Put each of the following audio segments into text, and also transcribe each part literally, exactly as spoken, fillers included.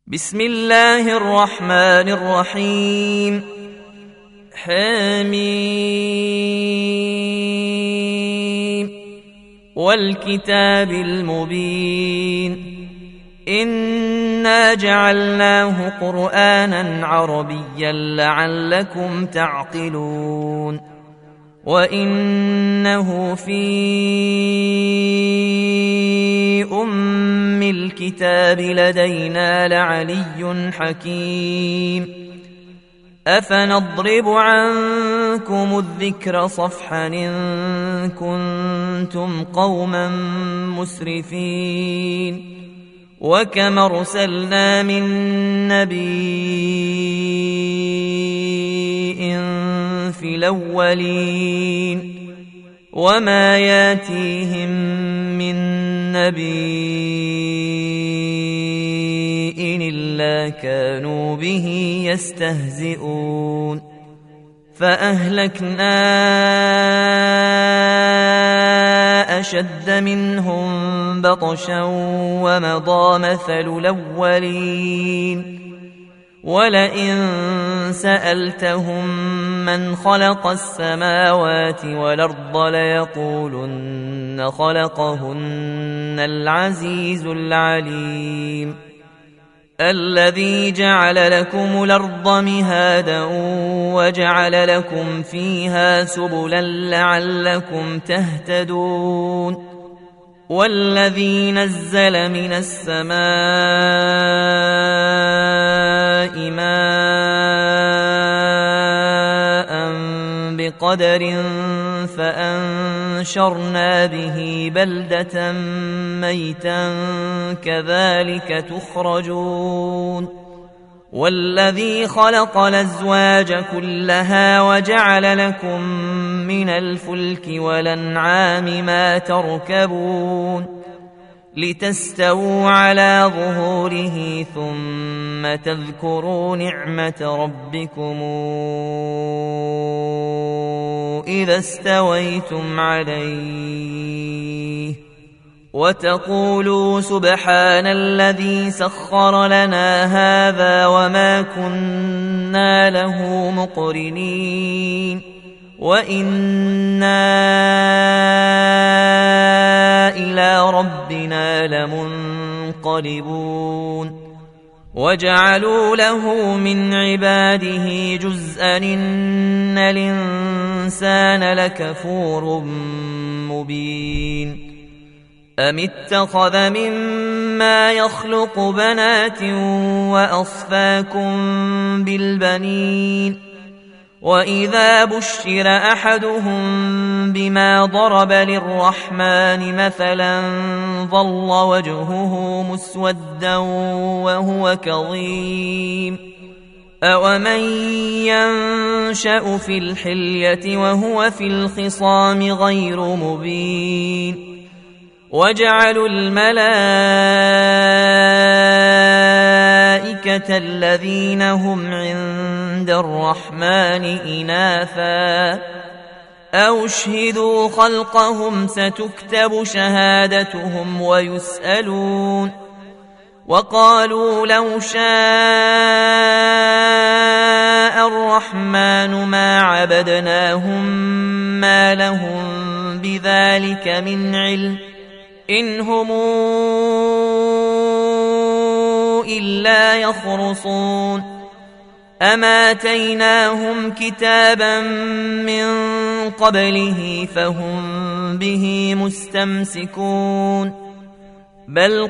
بسم الله الرحمن الرحيم. حميم والكتاب المبين إنا جعلناه قرآنا عربيا لعلكم تعقلون وإنه في أم الكتاب لدينا لعلي حكيم أفنضرب عنكم الذكر صفحا إن كنتم قوما مسرفين وكم أرسلنا من نبي في الأولين وما ياتيهم من نبي إلا كانوا به يستهزئون فأهلكنا أشد منهم بطشا ومضى مثل الأولين ولئن سألتهم من خلق السماوات والأرض ليقولن خلقهن العزيز العليم الذي جعل لكم الأرض مهادا وجعل لكم فيها سبلا لعلكم تهتدون والذي نزل من السماء ماء بقدر فأنشرنا به بلدة ميتا كذلك تخرجون والذي خلق الأزواج كلها وجعل لكم من الفلك والأنعام ما تركبون لتستووا على ظهوره ثم تذكروا نعمة ربكم إذا استويتم عليه وتقولوا سبحان الذي سخر لنا هذا وما كنا له مقرنين وإنا إلى ربنا لمنقلبون وجعلوا له من عباده جزءا إن الإنسان لكفور مبين أم اتخذ مما يخلق بنات وأصفاكم بالبنين وإذا بشر أحدهم بما ضرب للرحمن مثلا ظل وجهه مسودا وهو كظيم أومن ينشأ في الحلية وهو في الخصام غير مبين وجعلوا الملائكة الذين هم عند الرحمن إناثا أو اشهدوا خلقهم ستكتب شهادتهم ويسألون وقالوا لو شاء الرحمن ما عبدناهم ما لهم بذلك من علم إن هم إلا يخرصون أما آتيناهم كتابا من قبله فهم به مستمسكون بل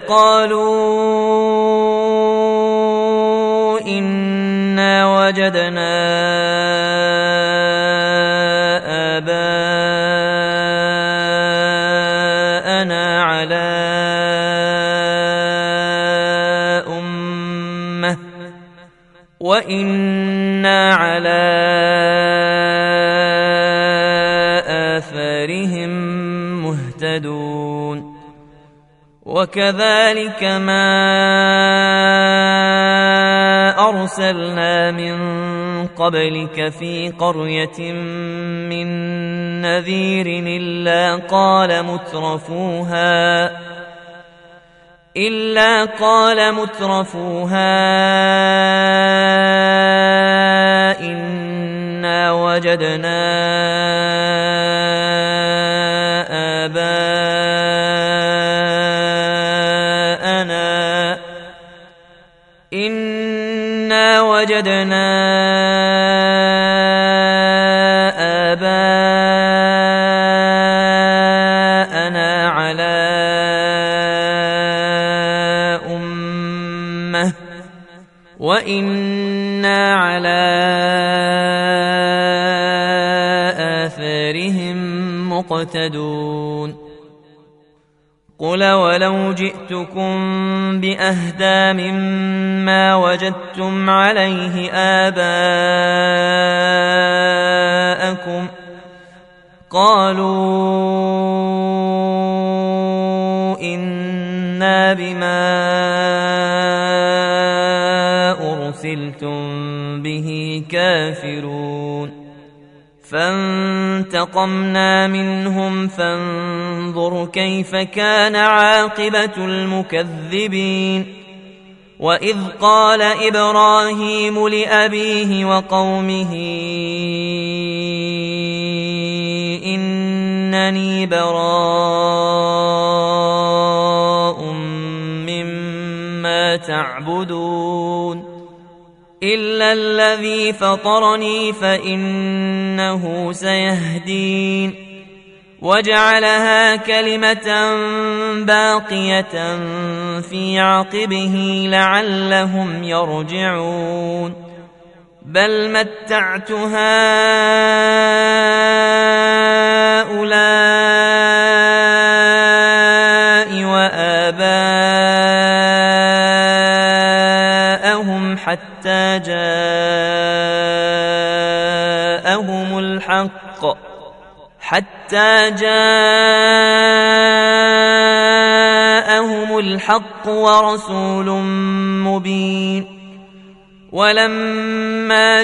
قالوا إنا وجدنا آباءنا على أمة وإنا على آثارهم مهتدون وكذلك ما أرسلنا من قبلك في قرية من نذير إلا قال مترفوها إلا قال مترفوها إنا وجدنا آباءنا إنا وجدنا آباءنا على أمة وإنا على آثارهم مقتدون قل ولو جئتكم بأهدى مما وجدتم عليه آباءكم قالوا إنا بما أرسلتم به كافرون فانتقمنا منهم فانظر كيف كان عاقبة المكذبين وإذ قال إبراهيم لأبيه وقومه إنني براء مما تعبدون إلا الذي فطرني فإنه سيهدين وجعلها كلمة باقية في عقبه لعلهم يرجعون بل متعت هؤلاء وآباءهم حتى جاءهم الحق حتى جاءهم الحق ورسول مبين ولما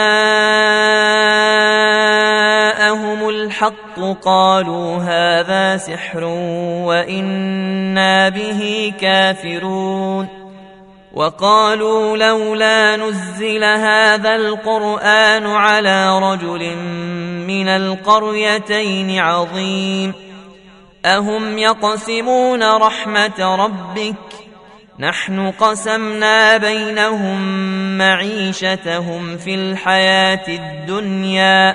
جاءهم الحق قالوا هذا سحر وإنا به كافرون وقالوا لولا نزل هذا القرآن على رجل من القريتين عظيم أهم يقسمون رحمة ربك نحن قسمنا بينهم معيشتهم في الحياة الدنيا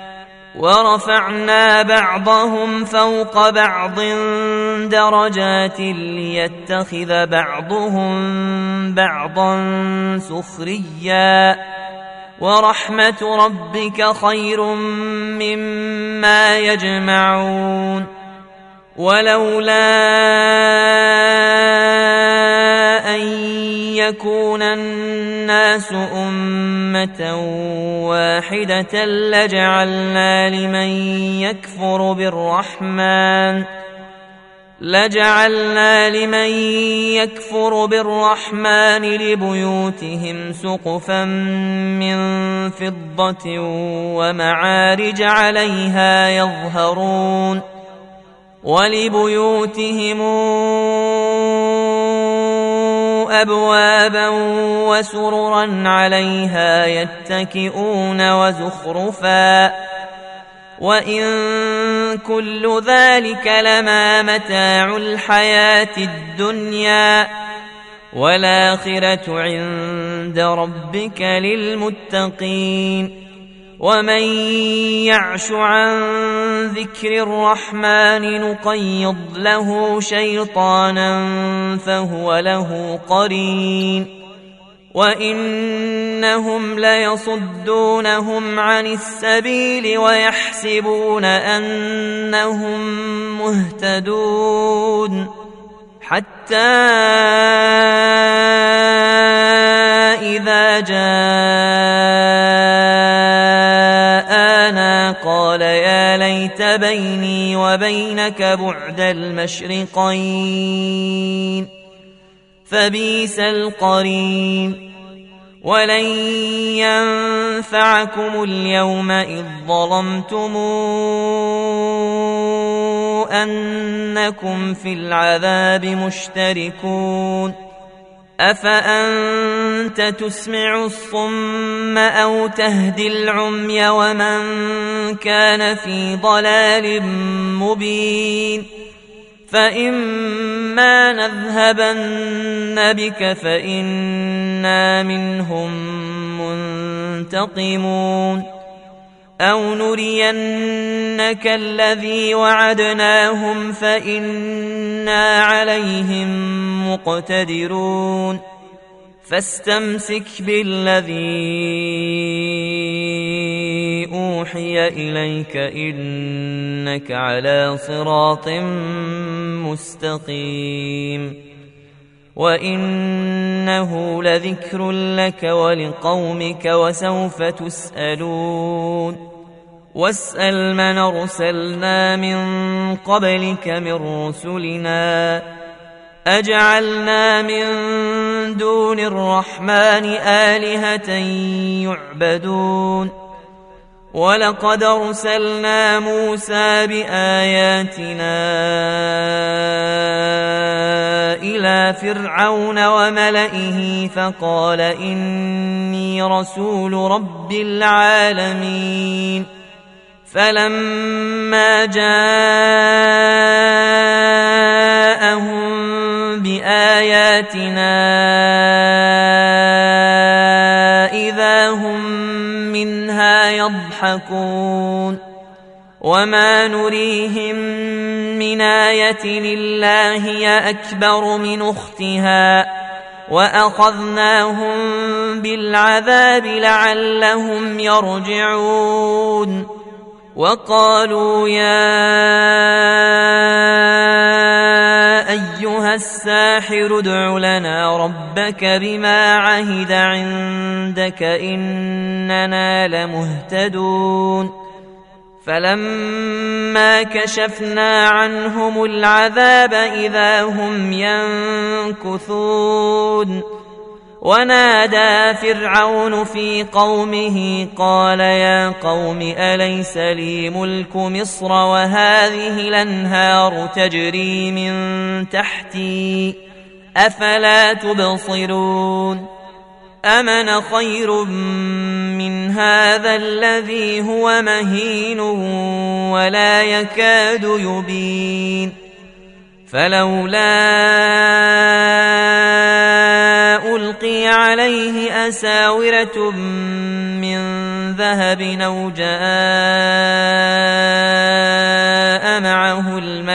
ورفعنا بعضهم فوق بعض درجات ليتخذ بعضهم بعضا سخريا ورحمة ربك خير مما يجمعون ولولا أن يكون الناس أمة واحدة لجعلنا لمن يكفر بالرحمن لجعلنا لمن يكفر بالرحمن لبيوتهم سقفا من فضة ومعارج عليها يظهرون ولبيوتهم أبوابا وسررا عليها يتكئون وزخرفا وإن كل ذلك لما متاع الحياة الدنيا والآخرة عند ربك للمتقين ومن يعش عن ذكر الرحمن نقيض له شيطانا فهو له قرين وإنهم ليصدونهم عن السبيل ويحسبون أنهم مهتدون حتى إذا جاءنا قال يا ليت بيني وبينك بعد المشرقين فبئس القرين ولن ينفعكم اليوم إذ ظلمتم أنكم في العذاب مشتركون أفأنت تسمع الصم أو تهدي العمي ومن كان في ضلال مبين فإما نذهبن بك فإنا منهم منتقمون أو نرينك الذي وعدناهم فإنا عليهم مقتدرون فاستمسك بالذي أوحي إليك إنك على صراط مستقيم وإنه لذكر لك ولقومك وسوف تسألون واسأل من أرسلنا من قبلك من رسلنا أجعلنا من دون الرحمن آلهة يعبدون ولقد أرسلنا موسى بآياتنا إلى فرعون وملئه فقال إني رسول رب العالمين فلما جاءهم بآياتنا إذا هم منها يضحكون وما نريهم من آية إلا هي أكبر من أختها وأخذناهم بالعذاب لعلهم يرجعون وقالوا يا أيها الساحر ادع لنا ربك بما عهد عندك إننا لمهتدون فلما كشفنا عنهم العذاب إذا هم ينكثون ونادى فرعون في قومه قال يا قوم أليس لي ملك مصر وهذه الأنهار تجري من تحتي أفلا تبصرون أمن خير من هذا الذي هو مهين ولا يكاد يبين فلولا ألقي عليه أساورة من ذهب أو جاء معه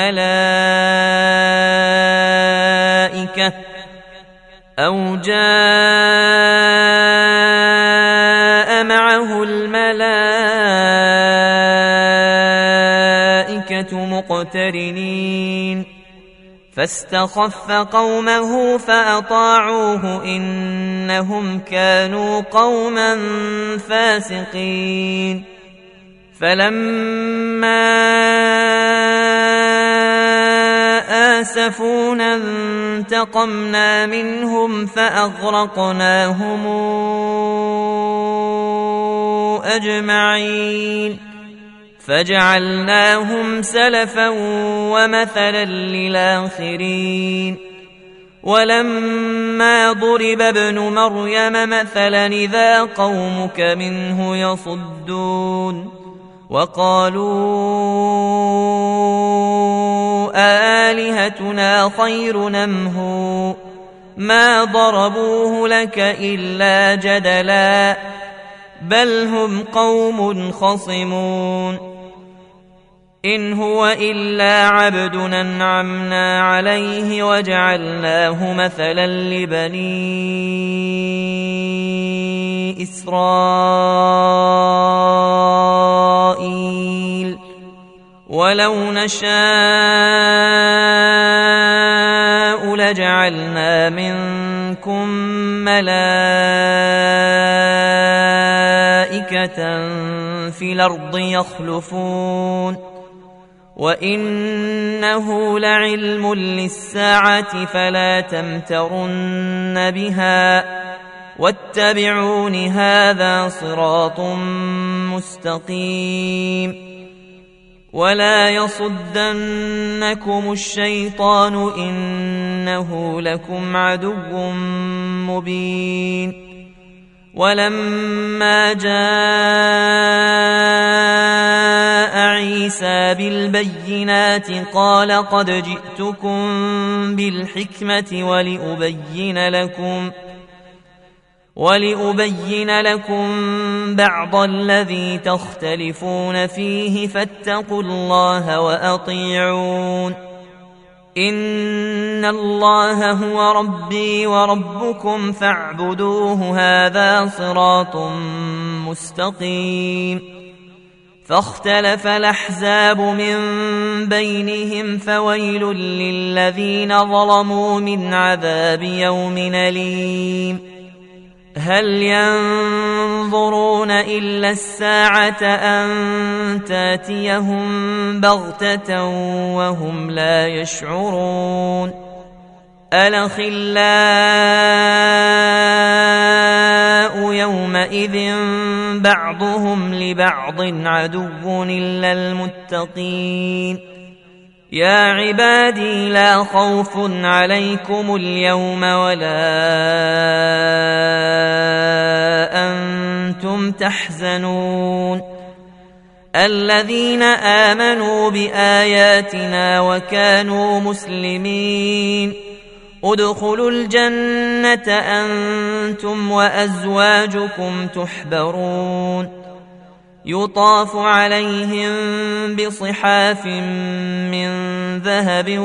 الملائكة أو جاء معه الملائكة مقترنين فاستخف قومه فأطاعوه إنهم كانوا قوما فاسقين فلما آسفونا انتقمنا منهم فأغرقناهم أجمعين فجعلناهم سلفا ومثلا للآخرين ولما ضرب ابن مريم مثلا إذا قومك منه يصدون وقالوا آلهتنا خير أم هو ما ضربوه لك إلا جدلا بل هم قوم خصمون إن هو إلا عبد أنعمنا عليه وجعلناه مثلا لبني إسرائيل ولو نشاء لجعلنا منكم ملائكة في الأرض يخلفون وإنه لعلم للساعة فلا تمترن بها واتبعون هذا صراط مستقيم ولا يصدنكم الشيطان إنه لكم عدو مبين ولما جاء عيسى بالبينات قال قد جئتكم بالحكمة ولأبين لكم ولأبين لكم بعض الذي تختلفون فيه فاتقوا الله وأطيعون إن الله هو ربي وربكم فاعبدوه هذا صراط مستقيم فاختلف الأحزاب من بينهم فويل للذين ظلموا من عذاب يوم أليم هل ينظرون إلا الساعة أن تاتيهم بغتة وهم لا يشعرون الأخلاء يومئذ بعضهم لبعض عدو إلا المتقين يا عبادي لا خوف عليكم اليوم ولا أنتم تحزنون الذين آمنوا بآياتنا وكانوا مسلمين ادخلوا الجنة أنتم وأزواجكم تحبرون يطاف عليهم بصحاف من ذهب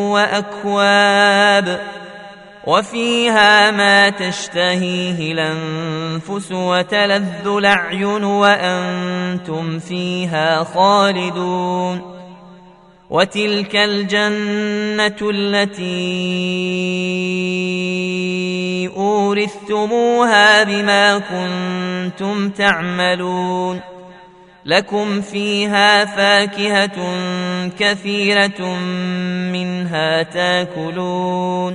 وأكواب وفيها ما تشتهيه الأنفس وتلذ الأعين وأنتم فيها خالدون وتلك الجنة التي أورثتموها بما كنتم تعملون لكم فيها فاكهة كثيرة منها تاكلون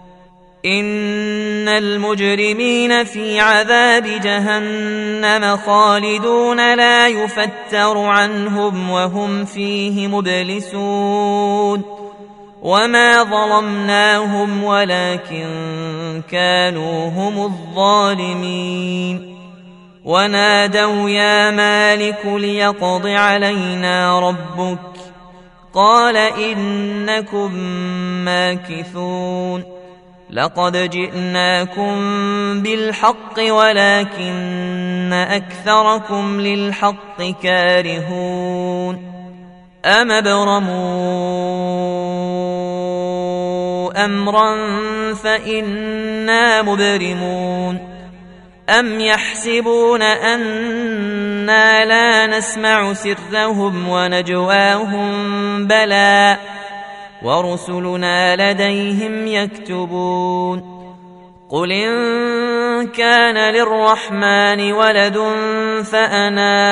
إن المجرمين في عذاب جهنم خالدون لا يفتر عنهم وهم فيه مبلسون وما ظلمناهم ولكن كانوا هم الظالمين ونادوا يا مالك ليقض علينا ربك قال إنكم ماكثون لقد جئناكم بالحق ولكن أكثركم للحق كارهون أم ابرموا أمرا فإنا مبرمون أم يحسبون أنا لا نسمع سرهم ونجواهم بلى ورسلنا لديهم يكتبون قل إن كان للرحمن ولد فأنا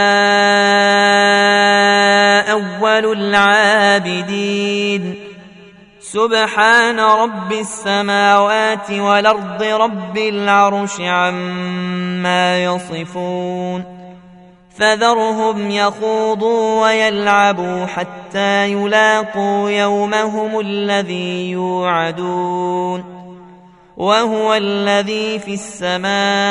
أول العابدين سبحان رب السماوات والأرض رب العرش عما يصفون فذرهم يخوضوا ويلعبوا حتى يلاقوا يومهم الذي يوعدون وهو الذي في السماء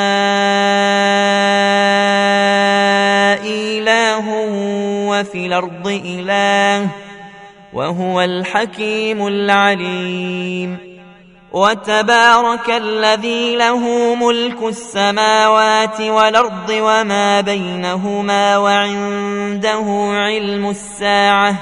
إله وفي الأرض إله وهو الحكيم العليم وتبارك الذي له ملك السماوات والأرض وما بينهما وعنده علم الساعة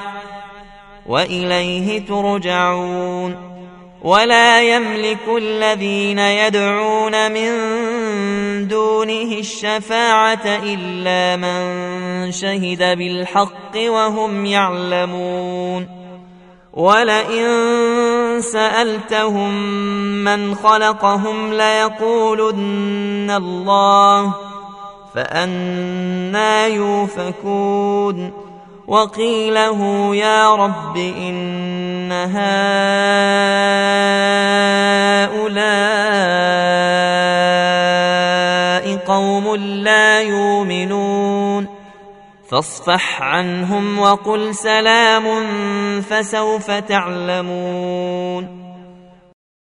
وإليه ترجعون ولا يملك الذين يدعون من دونه الشفاعة إلا من شهد بالحق وهم يعلمون ولئن سألتهم من خلقهم ليقولن الله فأنى يؤفكون وقيله يا رب إن هؤلاء قوم لا يؤمنون فاصفح عنهم وقل سلام فسوف تعلمون